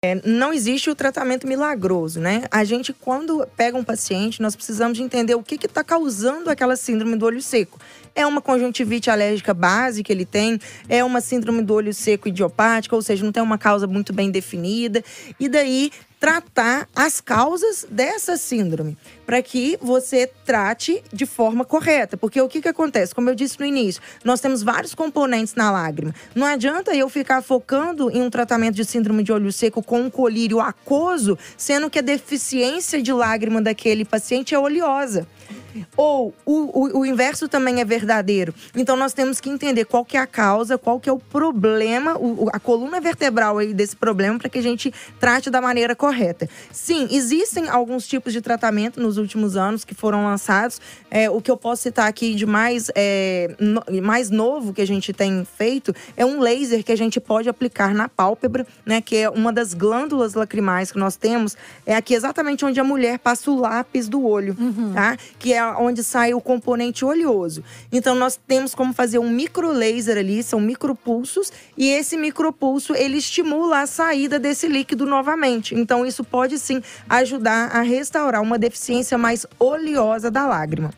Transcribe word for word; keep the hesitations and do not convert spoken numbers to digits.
É, não existe o tratamento milagroso, né? A gente, quando pega um paciente, nós precisamos de entender o que está causando aquela síndrome do olho seco. É uma conjuntivite alérgica base que ele tem, é uma síndrome do olho seco idiopática, ou seja, não tem uma causa muito bem definida. E daí, tratar as causas dessa síndrome, para que você trate de forma correta. Porque o que que acontece? Como eu disse no início, nós temos vários componentes na lágrima. Não adianta eu ficar focando em um tratamento de síndrome de olho seco com um colírio aquoso, sendo que a deficiência de lágrima daquele paciente é oleosa. Ou o, o, o inverso também é verdadeiro. Então nós temos que entender qual que é a causa, qual que é o problema, o, a coluna vertebral aí desse problema, para que a gente trate da maneira correta. Sim, existem alguns tipos de tratamento nos últimos anos que foram lançados. É, o que eu posso citar aqui de mais, é, no, mais novo que a gente tem feito é um laser que a gente pode aplicar na pálpebra, né, que é uma das glândulas lacrimais que nós temos, é aqui exatamente onde a mulher passa o lápis do olho, uhum. tá? Que é onde sai o componente oleoso. Então, nós temos como fazer um micro laser ali, são micropulsos, e esse micropulso, ele estimula a saída desse líquido novamente. Então, isso pode sim ajudar a restaurar uma deficiência mais oleosa da lágrima.